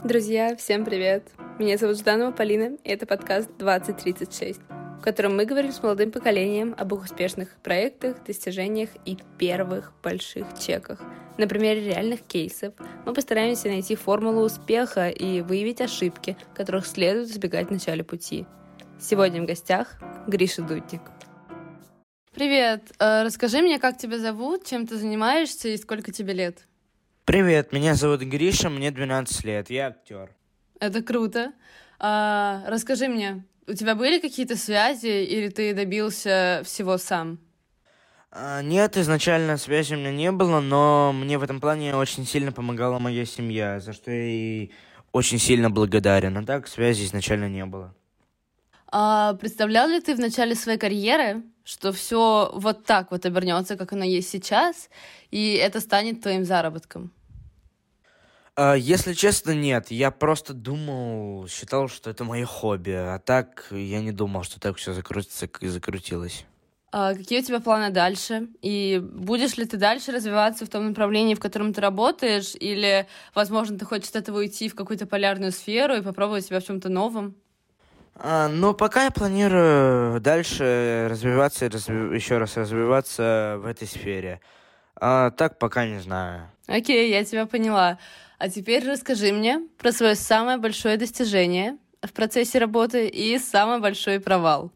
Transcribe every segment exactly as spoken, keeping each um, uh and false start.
Друзья, всем привет! Меня зовут Жданова Полина, и это подкаст двадцать тридцать шесть, в котором мы говорим с молодым поколением об их успешных проектах, достижениях и первых больших чеках. На примере реальных кейсов мы постараемся найти формулу успеха и выявить ошибки, которых следует избегать в начале пути. Сегодня в гостях Гриша Дудник. Привет! Расскажи мне, как тебя зовут, чем ты занимаешься и сколько тебе лет? Привет, меня зовут Гриша, мне двенадцать лет, я актер. Это круто. А, расскажи мне, у тебя были какие-то связи или ты добился всего сам? А, нет, изначально связи у меня не было, но мне в этом плане очень сильно помогала моя семья, за что я ей очень сильно благодарен. А так связи изначально не было. А представлял ли ты в начале своей карьеры, что все вот так вот обернется, как оно есть сейчас, и это станет твоим заработком? А, если честно, нет. Я просто думал, считал, что это мое хобби. А так я не думал, что так все закрутится, как и закрутилось. А какие у тебя планы дальше? И будешь ли ты дальше развиваться в том направлении, в котором ты работаешь? Или, возможно, ты хочешь от этого уйти в какую-то полярную сферу и попробовать себя в чем-то новом? А, ну, пока я планирую дальше развиваться и разви- еще раз развиваться в этой сфере. А так пока не знаю. Окей, я тебя поняла. А теперь расскажи мне про свое самое большое достижение в процессе работы и самый большой провал.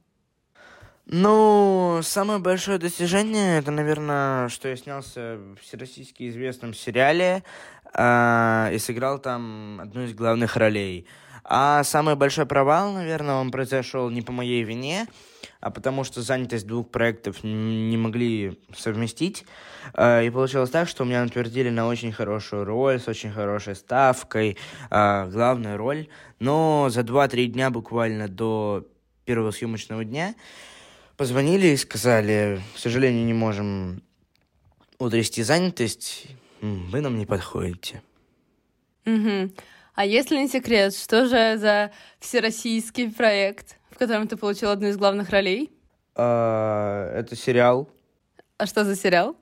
Ну, самое большое достижение, это, наверное, что я снялся в всероссийски известном сериале а, и сыграл там одну из главных ролей. А самый большой провал, наверное, он произошел не по моей вине, а потому что занятость двух проектов н- не могли совместить. А, И получилось так, что меня натвердили на очень хорошую роль, с очень хорошей ставкой, а, главная роль. Но за два-три дня буквально до первого съемочного дня позвонили и сказали: к сожалению, не можем утрясти занятость, м, вы нам не подходите. Угу. А если не секрет, что же за всероссийский проект, в котором ты получил одну из главных ролей? А, Это сериал. А что за сериал?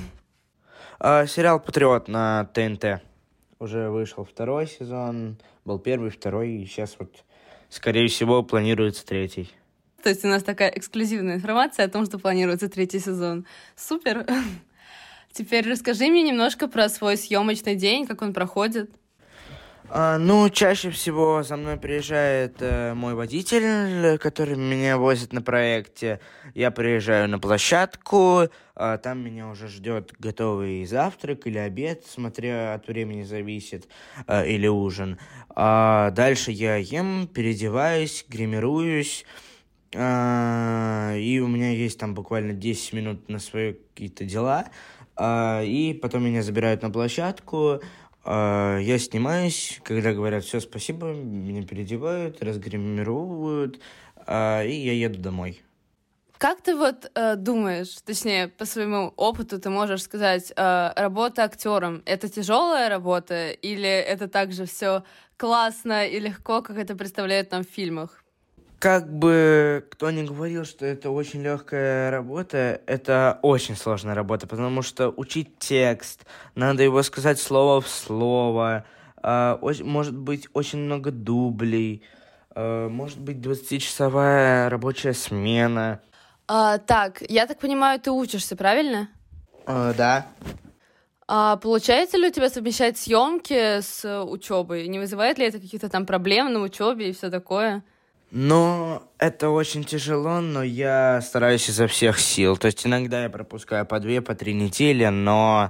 А, Сериал «Патриот» на Т Н Т. Уже вышел второй сезон, был первый, второй, и сейчас вот, скорее всего, планируется третий. То есть у нас такая эксклюзивная информация о том, что планируется третий сезон. Супер! Теперь расскажи мне немножко про свой съемочный день, как он проходит. А, ну, чаще всего за мной приезжает э, мой водитель, который меня возит на проекте. Я приезжаю на площадку, а там меня уже ждет готовый завтрак или обед, смотря от времени зависит, э, или ужин. А дальше я ем, переодеваюсь, гримируюсь, а, и у меня есть там буквально десять минут на свои какие-то дела. А, и потом меня забирают на площадку. А, я снимаюсь, когда говорят все, спасибо, меня переодевают, разгримируют, а, и я еду домой. Как ты вот э, думаешь, точнее, по своему опыту ты можешь сказать, э, работа актером — это тяжелая работа или это также все классно и легко, как это представляют нам в фильмах? Как бы кто ни говорил, что это очень легкая работа, это очень сложная работа, потому что учить текст, надо его сказать слово в слово, а, оч- может быть очень много дублей, а, может быть двадцатичасовая рабочая смена. А, так, я так понимаю, ты учишься, правильно? А, да. А получается ли у тебя совмещать съемки с учебой? Не вызывает ли это каких-то там проблем на учебе и все такое? Но это очень тяжело, но я стараюсь изо всех сил. То есть иногда я пропускаю по две, по три недели, но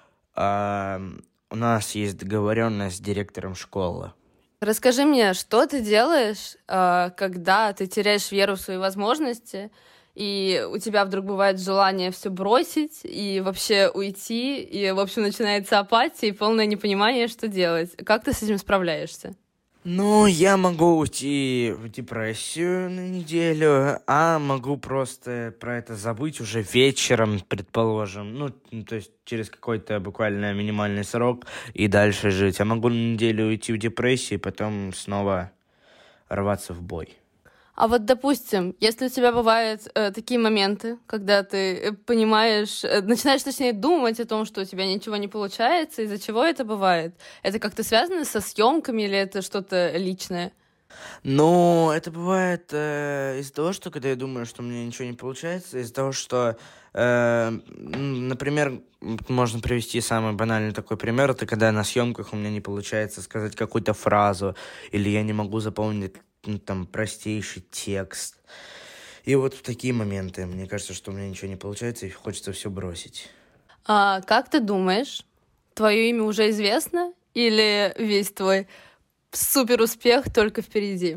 а, у нас есть договоренность с директором школы. Расскажи мне, что ты делаешь, а, когда ты теряешь веру в свои возможности, и у тебя вдруг бывает желание все бросить и вообще уйти, и, в общем, начинается апатия и полное непонимание, что делать. Как ты с этим справляешься? Ну, я могу уйти в депрессию на неделю, а могу просто про это забыть уже вечером, предположим. Ну, т- то есть через какой-то буквально минимальный срок и дальше жить. А могу на неделю уйти в депрессию и потом снова рваться в бой. А вот, допустим, если у тебя бывают э, такие моменты, когда ты э, понимаешь, э, начинаешь, точнее, думать о том, что у тебя ничего не получается, из-за чего это бывает? Это как-то связано со съемками или это что-то личное? Ну, это бывает э, из-за того, что когда я думаю, что у меня ничего не получается, из-за того, что, э, м, например, м, можно привести самый банальный такой пример, это когда на съемках у меня не получается сказать какую-то фразу, или я не могу запомнить ну, там простейший текст. И вот в такие моменты мне кажется, что у меня ничего не получается, и хочется все бросить. А как ты думаешь, твое имя уже известно или весь твой супер успех только впереди?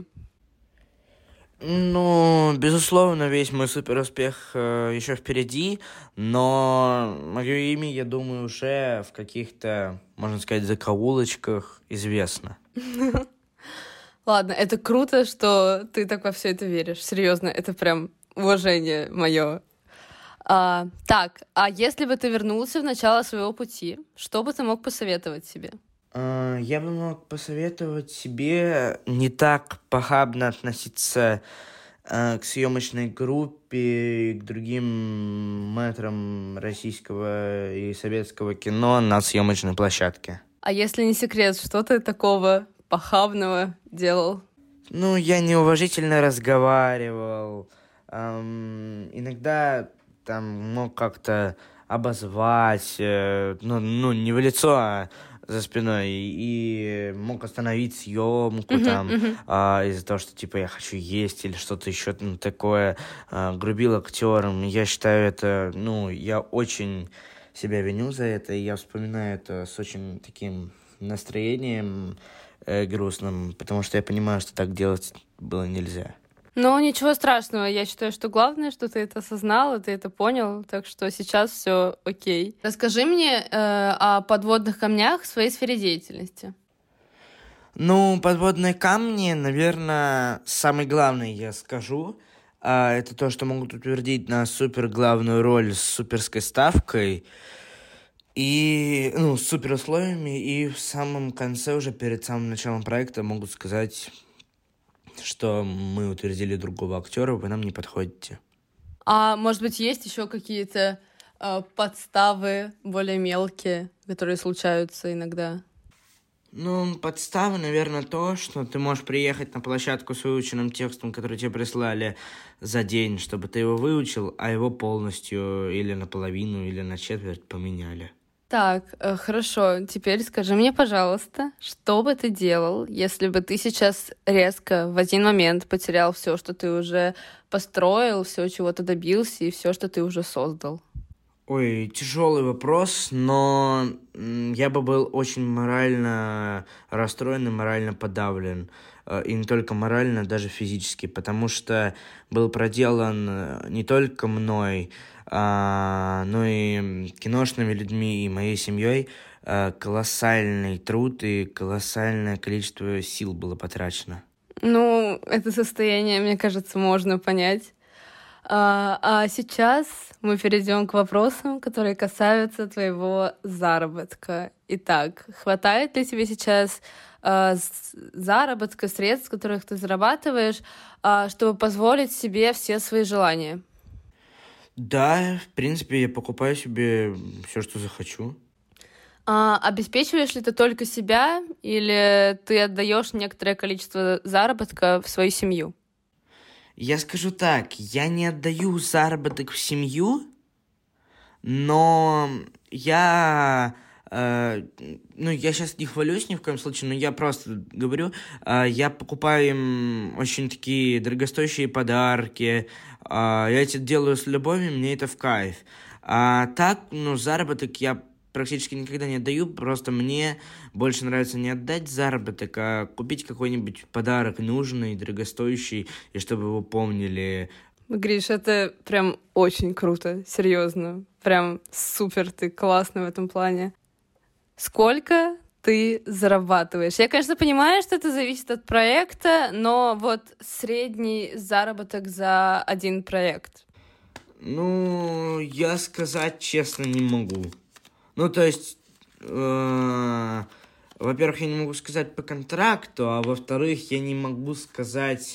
Ну, безусловно, весь мой суперуспех э, еще впереди, но мое имя, я думаю, уже в каких-то, можно сказать, закоулочках известно. Ладно, это круто, что ты так во все это веришь. Серьезно, это прям уважение мое. А, так, а если бы ты вернулся в начало своего пути, что бы ты мог посоветовать себе? Э, Я бы мог посоветовать себе не так похабно относиться э, к съемочной группе и к другим мэтрам российского и советского кино на съемочной площадке. А если не секрет, что ты такого похабного делал? Ну, я неуважительно разговаривал. эм, иногда там мог как-то обозвать, э, ну, ну, не в лицо, а за спиной, и мог остановить съемку Мгм, там мгм. а, из-за того, что типа я хочу есть или что-то еще ну, такое, а, грубил актерам. Я считаю это, ну, я очень себя виню за это, и я вспоминаю это с очень таким настроением э, грустным, потому что я понимаю, что так делать было нельзя. Ну, ничего страшного. Я считаю, что главное, что ты это осознал, и ты это понял, так что сейчас все окей. Расскажи мне э, о подводных камнях в своей сфере деятельности. Ну, подводные камни, наверное, самый главный я скажу. А, это то, что могут утвердить на супер главную роль с суперской ставкой и, ну, с супер условиями. И в самом конце, уже перед самым началом проекта, могут сказать, что мы утвердили другого актера, вы нам не подходите. А может быть, есть еще какие-то э, подставы более мелкие, которые случаются иногда? Ну, подстава, наверное, то, что ты можешь приехать на площадку с выученным текстом, который тебе прислали за день, чтобы ты его выучил, а его полностью или наполовину, или на четверть поменяли. Так, э, хорошо. Теперь скажи мне, пожалуйста, что бы ты делал, если бы ты сейчас резко в один момент потерял все, что ты уже построил, все, чего ты добился, и все, что ты уже создал? Ой, тяжелый вопрос, но м, я бы был очень морально расстроен и морально подавлен. Э, И не только морально, даже физически, потому что был проделан э, не только мной, а, но и м, киношными людьми и моей семьей э, колоссальный труд и колоссальное количество сил было потрачено. Ну, это состояние, мне кажется, можно понять. А, а сейчас мы перейдем к вопросам, которые касаются твоего заработка. Итак, хватает ли тебе сейчас а, с- заработка, средств, которых ты зарабатываешь, а, чтобы позволить себе все свои желания? Да, в принципе, я покупаю себе все, что захочу. А, обеспечиваешь ли ты только себя или ты отдаешь некоторое количество заработка в свою семью? Я скажу так, я не отдаю заработок в семью, но я, э, ну, я сейчас не хвалюсь ни в коем случае, но я просто говорю, э, я покупаю им очень такие дорогостоящие подарки, э, я это делаю с любовью, мне это в кайф. А так, ну, заработок я практически никогда не отдаю, просто мне больше нравится не отдать заработок, а купить какой-нибудь подарок нужный, дорогостоящий, и чтобы его помнили. Гриш, это прям очень круто, серьезно. Прям супер, ты классный в этом плане. Сколько ты зарабатываешь? Я, конечно, понимаю, что это зависит от проекта, но вот средний заработок за один проект. Ну, я сказать честно не могу. Ну, то есть, э, во-первых, я не могу сказать по контракту, а во-вторых, я не могу сказать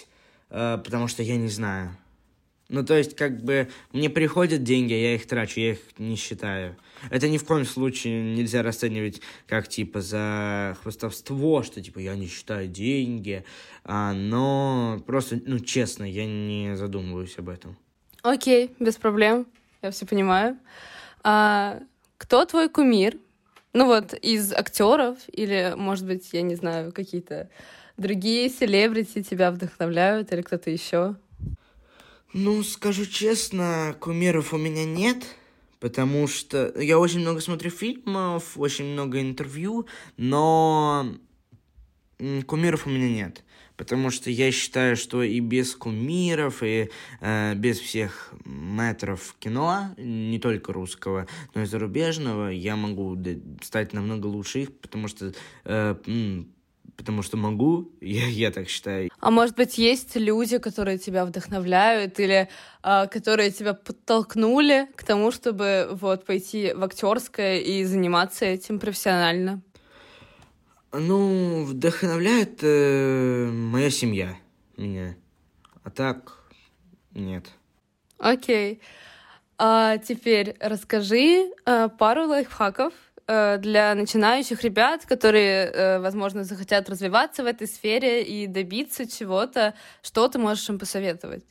э, потому что я не знаю. Ну, то есть, как бы, мне приходят деньги, я их трачу, я их не считаю. Это ни в коем случае нельзя расценивать как, типа, за хвастовство, что, типа, я не считаю деньги, а, но просто, ну, честно, я не задумываюсь об этом. Окей, без проблем, я все понимаю. А, кто твой кумир? Ну вот, из актеров или, может быть, я не знаю, какие-то другие селебрити тебя вдохновляют или кто-то еще? Ну, скажу честно, кумиров у меня нет, потому что я очень много смотрю фильмов, очень много интервью, но м, кумиров у меня нет. Потому что я считаю, что и без кумиров, и э, без всех мэтров кино, не только русского, но и зарубежного, я могу д- стать намного лучше их, потому что, э, м, потому что могу, я, я так считаю. А может быть, есть люди, которые тебя вдохновляют или а, которые тебя подтолкнули к тому, чтобы вот пойти в актерское и заниматься этим профессионально? Ну, вдохновляет э, моя семья меня, а так нет. Окей. А теперь расскажи а, пару лайфхаков а, для начинающих ребят, которые, а, возможно, захотят развиваться в этой сфере и добиться чего-то. Что ты можешь им посоветовать?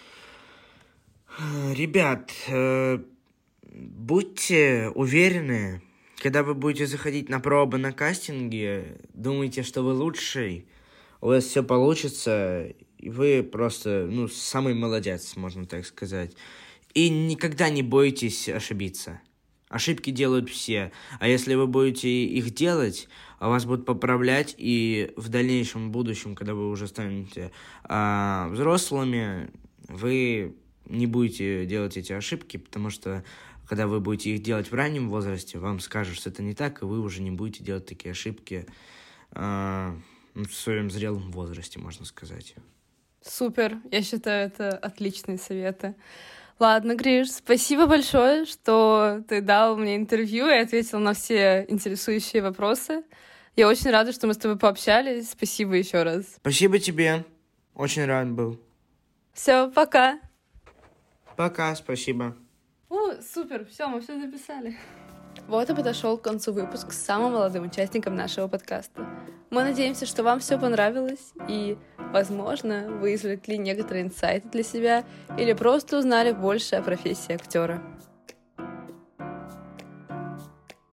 Ребят, э, будьте уверены, когда вы будете заходить на пробы, на кастинги, думайте, что вы лучший, у вас все получится, и вы просто, ну, самый молодец, можно так сказать. И никогда не бойтесь ошибиться. Ошибки делают все, а если вы будете их делать, а вас будут поправлять, и в дальнейшем будущем, когда вы уже станете а, взрослыми, вы не будете делать эти ошибки, потому что когда вы будете их делать в раннем возрасте, вам скажут, что это не так, и вы уже не будете делать такие ошибки э, в своем зрелом возрасте, можно сказать. Супер, я считаю, это отличные советы. Ладно, Гриш, спасибо большое, что ты дал мне интервью и ответил на все интересующие вопросы. Я очень рада, что мы с тобой пообщались. Спасибо еще раз. Спасибо тебе. Очень рад был. Все, пока. Пока, спасибо. О, супер, все, мы все записали. Вот и подошел к концу выпуск с самым молодым участником нашего подкаста. Мы надеемся, что вам все понравилось и, возможно, вы извлекли некоторые инсайты для себя или просто узнали больше о профессии актера.